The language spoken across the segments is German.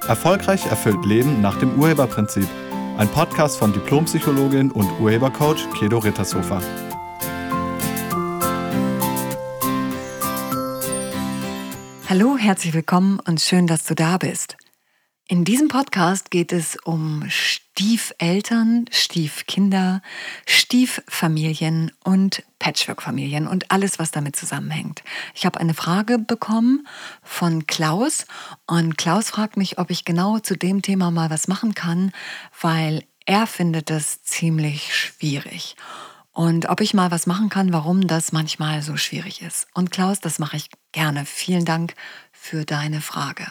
Erfolgreich erfüllt Leben nach dem Urheberprinzip. Ein Podcast von Diplompsychologin und Urhebercoach Kedo Rittershofer. Hallo, herzlich willkommen und schön, dass du da bist. In diesem Podcast geht es um Stiefeltern, Stiefkinder, Stieffamilien und Patchwork-Familien und alles, was damit zusammenhängt. Ich habe eine Frage bekommen von Klaus und Klaus fragt mich, ob ich genau zu dem Thema mal was machen kann, weil er findet das ziemlich schwierig. Und ob ich mal was machen kann, warum das manchmal so schwierig ist. Und Klaus, das mache ich gerne. Vielen Dank für deine Frage.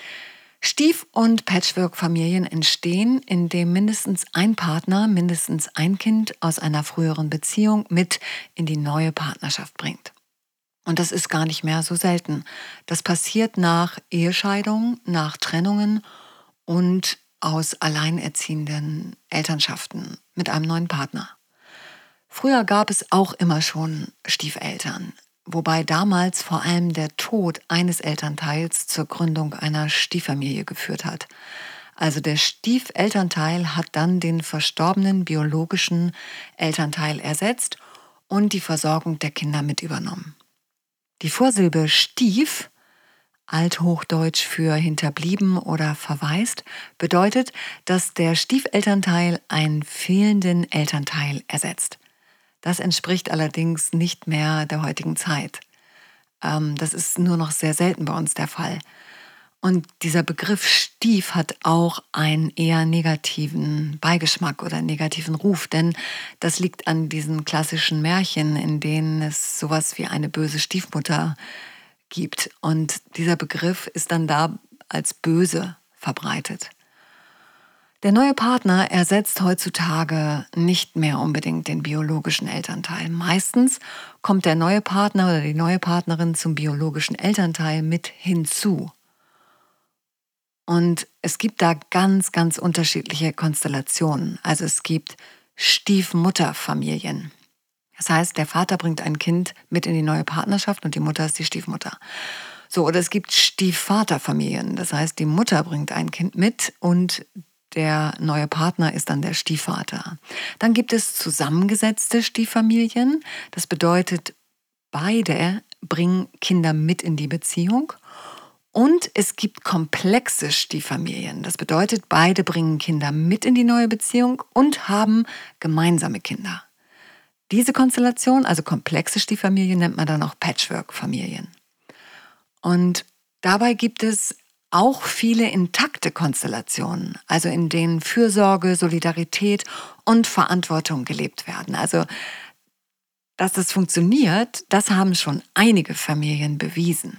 Stief- und Patchwork-Familien entstehen, indem mindestens ein Partner mindestens ein Kind aus einer früheren Beziehung mit in die neue Partnerschaft bringt. Und das ist gar nicht mehr so selten. Das passiert nach Ehescheidungen, nach Trennungen und aus alleinerziehenden Elternschaften mit einem neuen Partner. Früher gab es auch immer schon Stiefeltern. Wobei damals vor allem der Tod eines Elternteils zur Gründung einer Stieffamilie geführt hat. Also der Stiefelternteil hat dann den verstorbenen biologischen Elternteil ersetzt und die Versorgung der Kinder mit übernommen. Die Vorsilbe Stief, althochdeutsch für hinterblieben oder verwaist, bedeutet, dass der Stiefelternteil einen fehlenden Elternteil ersetzt. Das entspricht allerdings nicht mehr der heutigen Zeit. Das ist nur noch sehr selten bei uns der Fall. Und dieser Begriff Stief hat auch einen eher negativen Beigeschmack oder negativen Ruf, denn das liegt an diesen klassischen Märchen, in denen es sowas wie eine böse Stiefmutter gibt. Und dieser Begriff ist dann da als böse verbreitet. Der neue Partner ersetzt heutzutage nicht mehr unbedingt den biologischen Elternteil. Meistens kommt der neue Partner oder die neue Partnerin zum biologischen Elternteil mit hinzu. Und es gibt da ganz, ganz unterschiedliche Konstellationen. Also es gibt Stiefmutterfamilien. Das heißt, der Vater bringt ein Kind mit in die neue Partnerschaft und die Mutter ist die Stiefmutter. So, oder es gibt Stiefvaterfamilien. Das heißt, die Mutter bringt ein Kind mit und der neue Partner ist dann der Stiefvater. Dann gibt es zusammengesetzte Stieffamilien. Das bedeutet, beide bringen Kinder mit in die Beziehung. Und es gibt komplexe Stieffamilien. Das bedeutet, beide bringen Kinder mit in die neue Beziehung und haben gemeinsame Kinder. Diese Konstellation, also komplexe Stieffamilien, nennt man dann auch Patchwork-Familien. Und dabei gibt es auch viele intakte Konstellationen, also in denen Fürsorge, Solidarität und Verantwortung gelebt werden. Also, dass das funktioniert, das haben schon einige Familien bewiesen.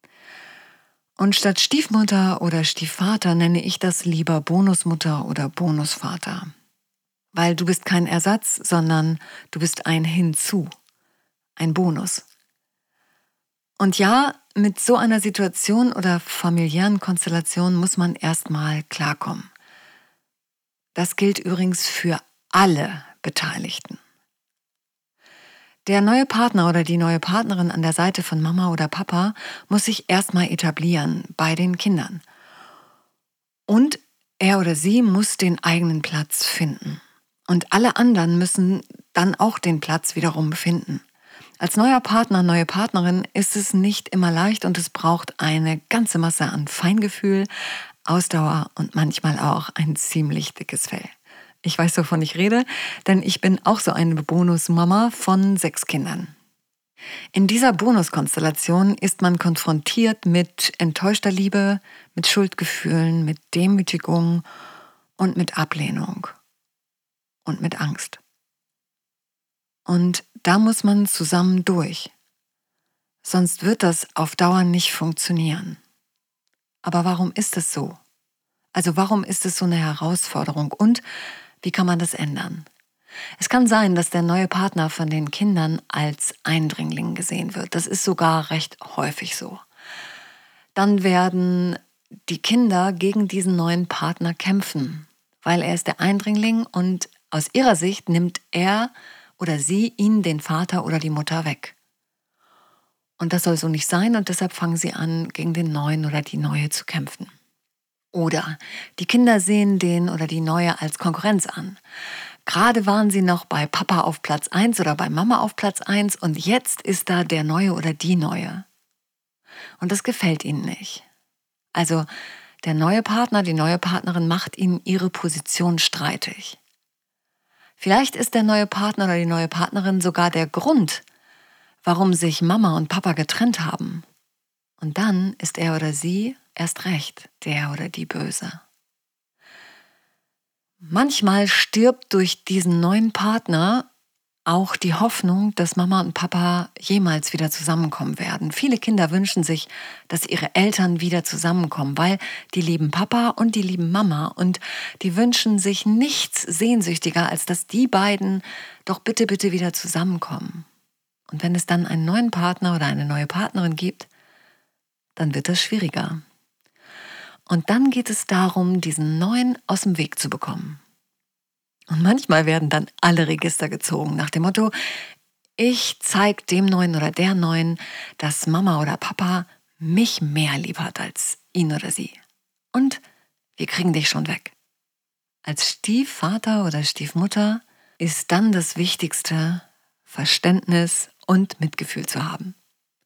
Und statt Stiefmutter oder Stiefvater nenne ich das lieber Bonusmutter oder Bonusvater. Weil du bist kein Ersatz, sondern du bist ein Hinzu, ein Bonus. Und ja, mit so einer Situation oder familiären Konstellation muss man erstmal klarkommen. Das gilt übrigens für alle Beteiligten. Der neue Partner oder die neue Partnerin an der Seite von Mama oder Papa muss sich erstmal etablieren bei den Kindern. Und er oder sie muss den eigenen Platz finden. Und alle anderen müssen dann auch den Platz wiederum finden. Als neuer Partner, neue Partnerin ist es nicht immer leicht und es braucht eine ganze Masse an Feingefühl, Ausdauer und manchmal auch ein ziemlich dickes Fell. Ich weiß, wovon ich rede, denn ich bin auch so eine Bonusmama von 6 Kindern. In dieser Bonuskonstellation ist man konfrontiert mit enttäuschter Liebe, mit Schuldgefühlen, mit Demütigung und mit Ablehnung und mit Angst. Und da muss man zusammen durch. Sonst wird das auf Dauer nicht funktionieren. Aber warum ist es so? Also warum ist es so eine Herausforderung und wie kann man das ändern? Es kann sein, dass der neue Partner von den Kindern als Eindringling gesehen wird. Das ist sogar recht häufig so. Dann werden die Kinder gegen diesen neuen Partner kämpfen, weil er ist der Eindringling und aus ihrer Sicht nimmt er oder sie ihnen den Vater oder die Mutter weg. Und das soll so nicht sein und deshalb fangen sie an, gegen den Neuen oder die Neue zu kämpfen. Oder die Kinder sehen den oder die Neue als Konkurrenz an. Gerade waren sie noch bei Papa auf Platz 1 oder bei Mama auf Platz 1 und jetzt ist da der Neue oder die Neue. Und das gefällt ihnen nicht. Also der neue Partner, die neue Partnerin macht ihnen ihre Position streitig. Vielleicht ist der neue Partner oder die neue Partnerin sogar der Grund, warum sich Mama und Papa getrennt haben. Und dann ist er oder sie erst recht der oder die Böse. Manchmal stirbt durch diesen neuen Partner auch die Hoffnung, dass Mama und Papa jemals wieder zusammenkommen werden. Viele Kinder wünschen sich, dass ihre Eltern wieder zusammenkommen, weil die lieben Papa und die lieben Mama und die wünschen sich nichts sehnsüchtiger, als dass die beiden doch bitte, bitte wieder zusammenkommen. Und wenn es dann einen neuen Partner oder eine neue Partnerin gibt, dann wird das schwieriger. Und dann geht es darum, diesen Neuen aus dem Weg zu bekommen. Und manchmal werden dann alle Register gezogen nach dem Motto, ich zeige dem Neuen oder der Neuen, dass Mama oder Papa mich mehr lieb hat als ihn oder sie. Und wir kriegen dich schon weg. Als Stiefvater oder Stiefmutter ist dann das Wichtigste, Verständnis und Mitgefühl zu haben.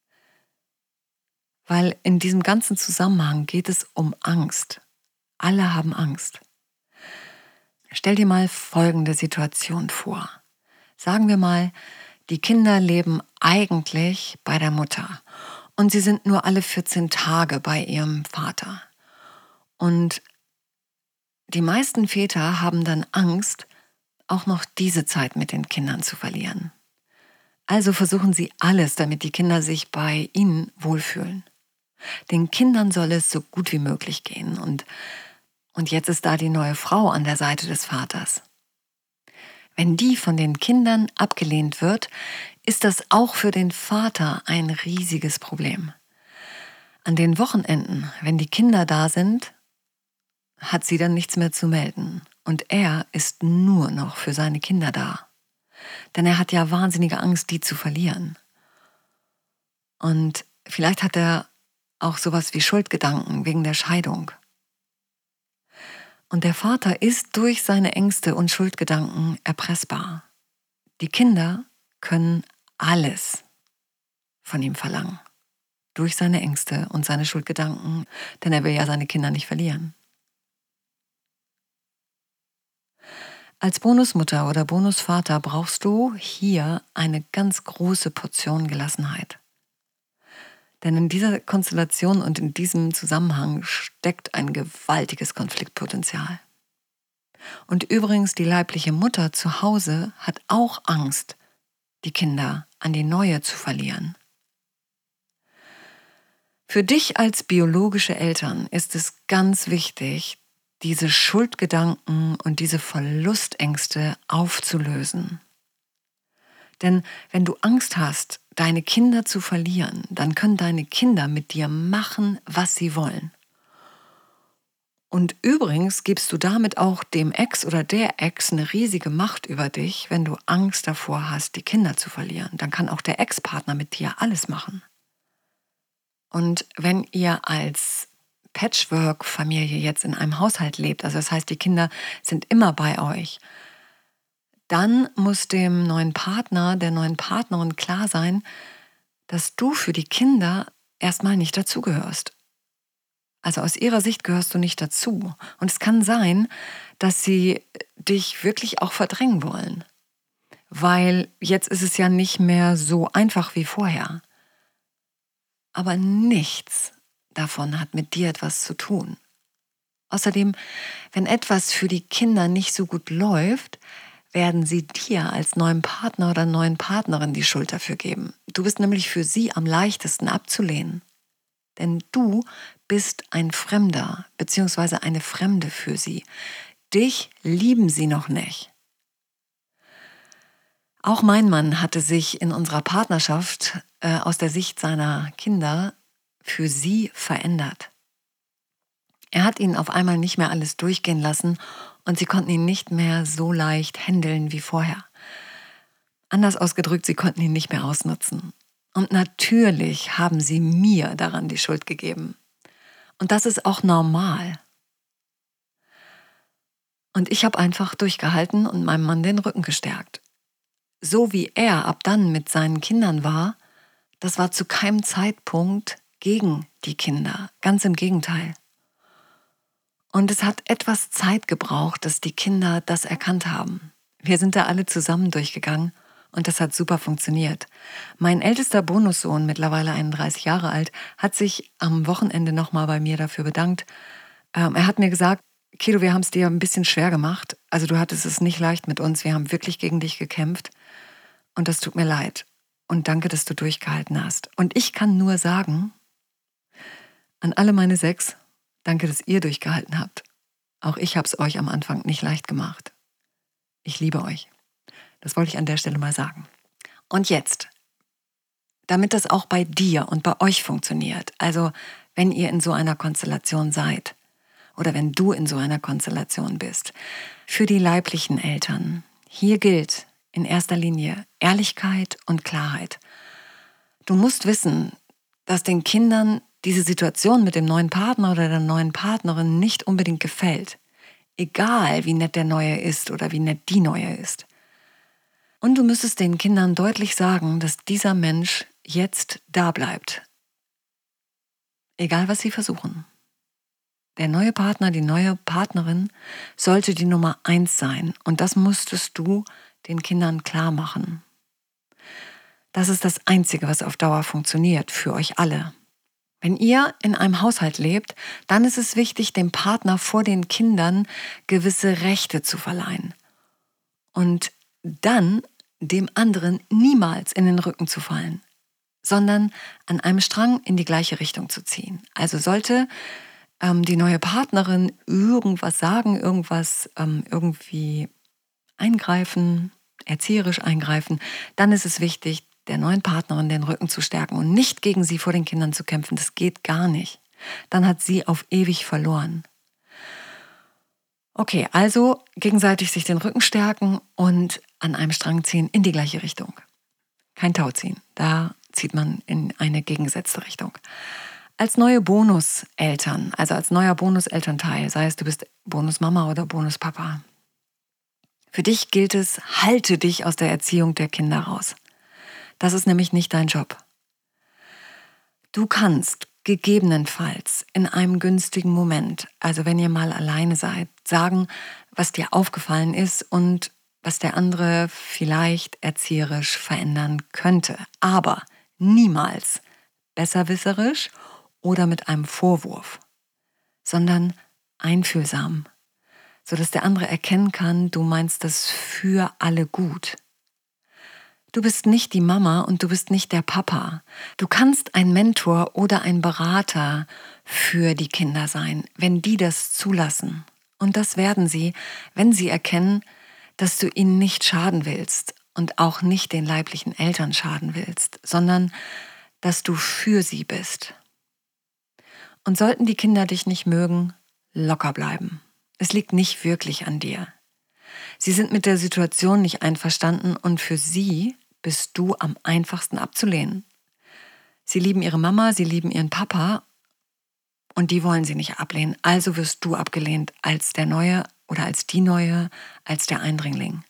Weil in diesem ganzen Zusammenhang geht es um Angst. Alle haben Angst. Stell dir mal folgende Situation vor. Sagen wir mal, die Kinder leben eigentlich bei der Mutter und sie sind nur alle 14 Tage bei ihrem Vater. Und die meisten Väter haben dann Angst, auch noch diese Zeit mit den Kindern zu verlieren. Also versuchen sie alles, damit die Kinder sich bei ihnen wohlfühlen. Den Kindern soll es so gut wie möglich gehen und jetzt ist da die neue Frau an der Seite des Vaters. Wenn die von den Kindern abgelehnt wird, ist das auch für den Vater ein riesiges Problem. An den Wochenenden, wenn die Kinder da sind, hat sie dann nichts mehr zu melden. Und er ist nur noch für seine Kinder da. Denn er hat ja wahnsinnige Angst, die zu verlieren. Und vielleicht hat er auch sowas wie Schuldgedanken wegen der Scheidung. Und der Vater ist durch seine Ängste und Schuldgedanken erpressbar. Die Kinder können alles von ihm verlangen. Durch seine Ängste und seine Schuldgedanken, denn er will ja seine Kinder nicht verlieren. Als Bonusmutter oder Bonusvater brauchst du hier eine ganz große Portion Gelassenheit. Denn in dieser Konstellation und in diesem Zusammenhang steckt ein gewaltiges Konfliktpotenzial. Und übrigens, die leibliche Mutter zu Hause hat auch Angst, die Kinder an die Neue zu verlieren. Für dich als biologische Eltern ist es ganz wichtig, diese Schuldgedanken und diese Verlustängste aufzulösen. Denn wenn du Angst hast, deine Kinder zu verlieren, dann können deine Kinder mit dir machen, was sie wollen. Und übrigens gibst du damit auch dem Ex oder der Ex eine riesige Macht über dich, wenn du Angst davor hast, die Kinder zu verlieren. Dann kann auch der Ex-Partner mit dir alles machen. Und wenn ihr als Patchwork-Familie jetzt in einem Haushalt lebt, also das heißt, die Kinder sind immer bei euch, dann muss dem neuen Partner, der neuen Partnerin klar sein, dass du für die Kinder erstmal nicht dazugehörst. Also aus ihrer Sicht gehörst du nicht dazu. Und es kann sein, dass sie dich wirklich auch verdrängen wollen. Weil jetzt ist es ja nicht mehr so einfach wie vorher. Aber nichts davon hat mit dir etwas zu tun. Außerdem, wenn etwas für die Kinder nicht so gut läuft, werden sie dir als neuen Partner oder neuen Partnerin die Schuld dafür geben. Du bist nämlich für sie am leichtesten abzulehnen. Denn du bist ein Fremder bzw. eine Fremde für sie. Dich lieben sie noch nicht. Auch mein Mann hatte sich in unserer Partnerschaft aus der Sicht seiner Kinder für sie verändert. Er hat ihnen auf einmal nicht mehr alles durchgehen lassen und sie konnten ihn nicht mehr so leicht händeln wie vorher. Anders ausgedrückt, sie konnten ihn nicht mehr ausnutzen. Und natürlich haben sie mir daran die Schuld gegeben. Und das ist auch normal. Und ich habe einfach durchgehalten und meinem Mann den Rücken gestärkt. So wie er ab dann mit seinen Kindern war, das war zu keinem Zeitpunkt gegen die Kinder. Ganz im Gegenteil. Und es hat etwas Zeit gebraucht, dass die Kinder das erkannt haben. Wir sind da alle zusammen durchgegangen und das hat super funktioniert. Mein ältester Bonussohn, mittlerweile 31 Jahre alt, hat sich am Wochenende nochmal bei mir dafür bedankt. Er hat mir gesagt, Kedo, wir haben es dir ein bisschen schwer gemacht. Also du hattest es nicht leicht mit uns. Wir haben wirklich gegen dich gekämpft. Und das tut mir leid. Und danke, dass du durchgehalten hast. Und ich kann nur sagen, an alle meine 6, danke, dass ihr durchgehalten habt. Auch ich habe es euch am Anfang nicht leicht gemacht. Ich liebe euch. Das wollte ich an der Stelle mal sagen. Und jetzt, damit das auch bei dir und bei euch funktioniert, also wenn ihr in so einer Konstellation seid oder wenn du in so einer Konstellation bist, für die leiblichen Eltern, hier gilt in erster Linie Ehrlichkeit und Klarheit. Du musst wissen, dass den Kindern diese Situation mit dem neuen Partner oder der neuen Partnerin nicht unbedingt gefällt. Egal, wie nett der Neue ist oder wie nett die Neue ist. Und du müsstest den Kindern deutlich sagen, dass dieser Mensch jetzt da bleibt. Egal, was sie versuchen. Der neue Partner, die neue Partnerin sollte die Nummer 1 sein. Und das musstest du den Kindern klar machen. Das ist das Einzige, was auf Dauer funktioniert für euch alle. Wenn ihr in einem Haushalt lebt, dann ist es wichtig, dem Partner vor den Kindern gewisse Rechte zu verleihen. Und dann dem anderen niemals in den Rücken zu fallen, sondern an einem Strang in die gleiche Richtung zu ziehen. Also sollte die neue Partnerin irgendwas sagen, irgendwas irgendwie eingreifen, erzieherisch eingreifen, dann ist es wichtig, der neuen Partnerin den Rücken zu stärken und nicht gegen sie vor den Kindern zu kämpfen. Das geht gar nicht. Dann hat sie auf ewig verloren. Okay, also gegenseitig sich den Rücken stärken und an einem Strang ziehen in die gleiche Richtung. Kein Tauziehen, da zieht man in eine gegengesetzte Richtung. Als neue Bonuseltern, also als neuer Bonuselternteil, sei es du bist Bonusmama oder Bonuspapa, für dich gilt es, halte dich aus der Erziehung der Kinder raus. Das ist nämlich nicht dein Job. Du kannst gegebenenfalls in einem günstigen Moment, also wenn ihr mal alleine seid, sagen, was dir aufgefallen ist und was der andere vielleicht erzieherisch verändern könnte. Aber niemals besserwisserisch oder mit einem Vorwurf, sondern einfühlsam, sodass der andere erkennen kann, du meinst das für alle gut. Du bist nicht die Mama und du bist nicht der Papa. Du kannst ein Mentor oder ein Berater für die Kinder sein, wenn die das zulassen. Und das werden sie, wenn sie erkennen, dass du ihnen nicht schaden willst und auch nicht den leiblichen Eltern schaden willst, sondern dass du für sie bist. Und sollten die Kinder dich nicht mögen, locker bleiben. Es liegt nicht wirklich an dir. Sie sind mit der Situation nicht einverstanden und für sie bist du am einfachsten abzulehnen. Sie lieben ihre Mama, sie lieben ihren Papa und die wollen sie nicht ablehnen. Also wirst du abgelehnt als der Neue oder als die Neue, als der Eindringling.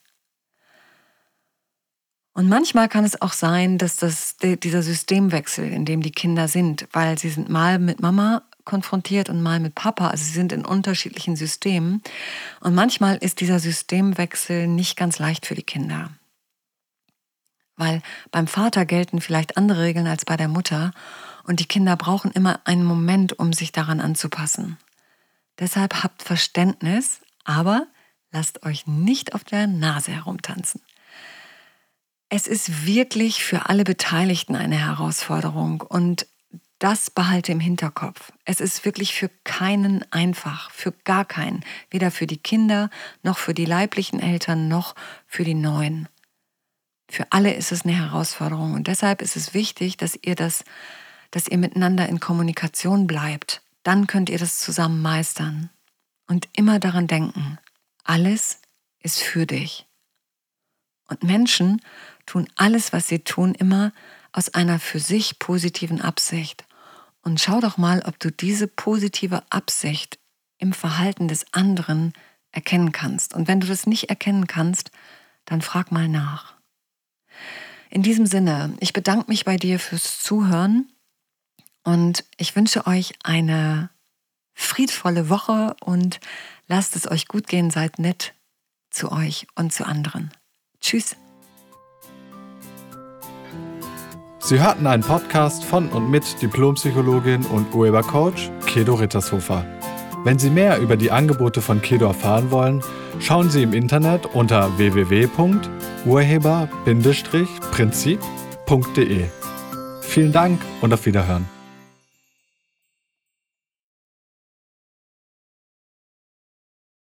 Und manchmal kann es auch sein, dass dieser Systemwechsel, in dem die Kinder sind, weil sie sind mal mit Mama konfrontiert und mal mit Papa, also sie sind in unterschiedlichen Systemen. Und manchmal ist dieser Systemwechsel nicht ganz leicht für die Kinder. Weil beim Vater gelten vielleicht andere Regeln als bei der Mutter und die Kinder brauchen immer einen Moment, um sich daran anzupassen. Deshalb habt Verständnis, aber lasst euch nicht auf der Nase herumtanzen. Es ist wirklich für alle Beteiligten eine Herausforderung und das behalte im Hinterkopf. Es ist wirklich für keinen einfach, für gar keinen. Weder für die Kinder, noch für die leiblichen Eltern, noch für die Neuen. Für alle ist es eine Herausforderung und deshalb ist es wichtig, dass ihr miteinander in Kommunikation bleibt. Dann könnt ihr das zusammen meistern. Und immer daran denken, alles ist für dich. Und Menschen tun alles, was sie tun, immer aus einer für sich positiven Absicht. Und schau doch mal, ob du diese positive Absicht im Verhalten des anderen erkennen kannst. Und wenn du das nicht erkennen kannst, dann frag mal nach. In diesem Sinne, ich bedanke mich bei dir fürs Zuhören und ich wünsche euch eine friedvolle Woche und lasst es euch gut gehen, seid nett zu euch und zu anderen. Tschüss. Sie hörten einen Podcast von und mit Diplompsychologin und Urhebercoach Kedo Rittershofer. Wenn Sie mehr über die Angebote von Kedo erfahren wollen, schauen Sie im Internet unter www.urheber-prinzip.de. Vielen Dank und auf Wiederhören.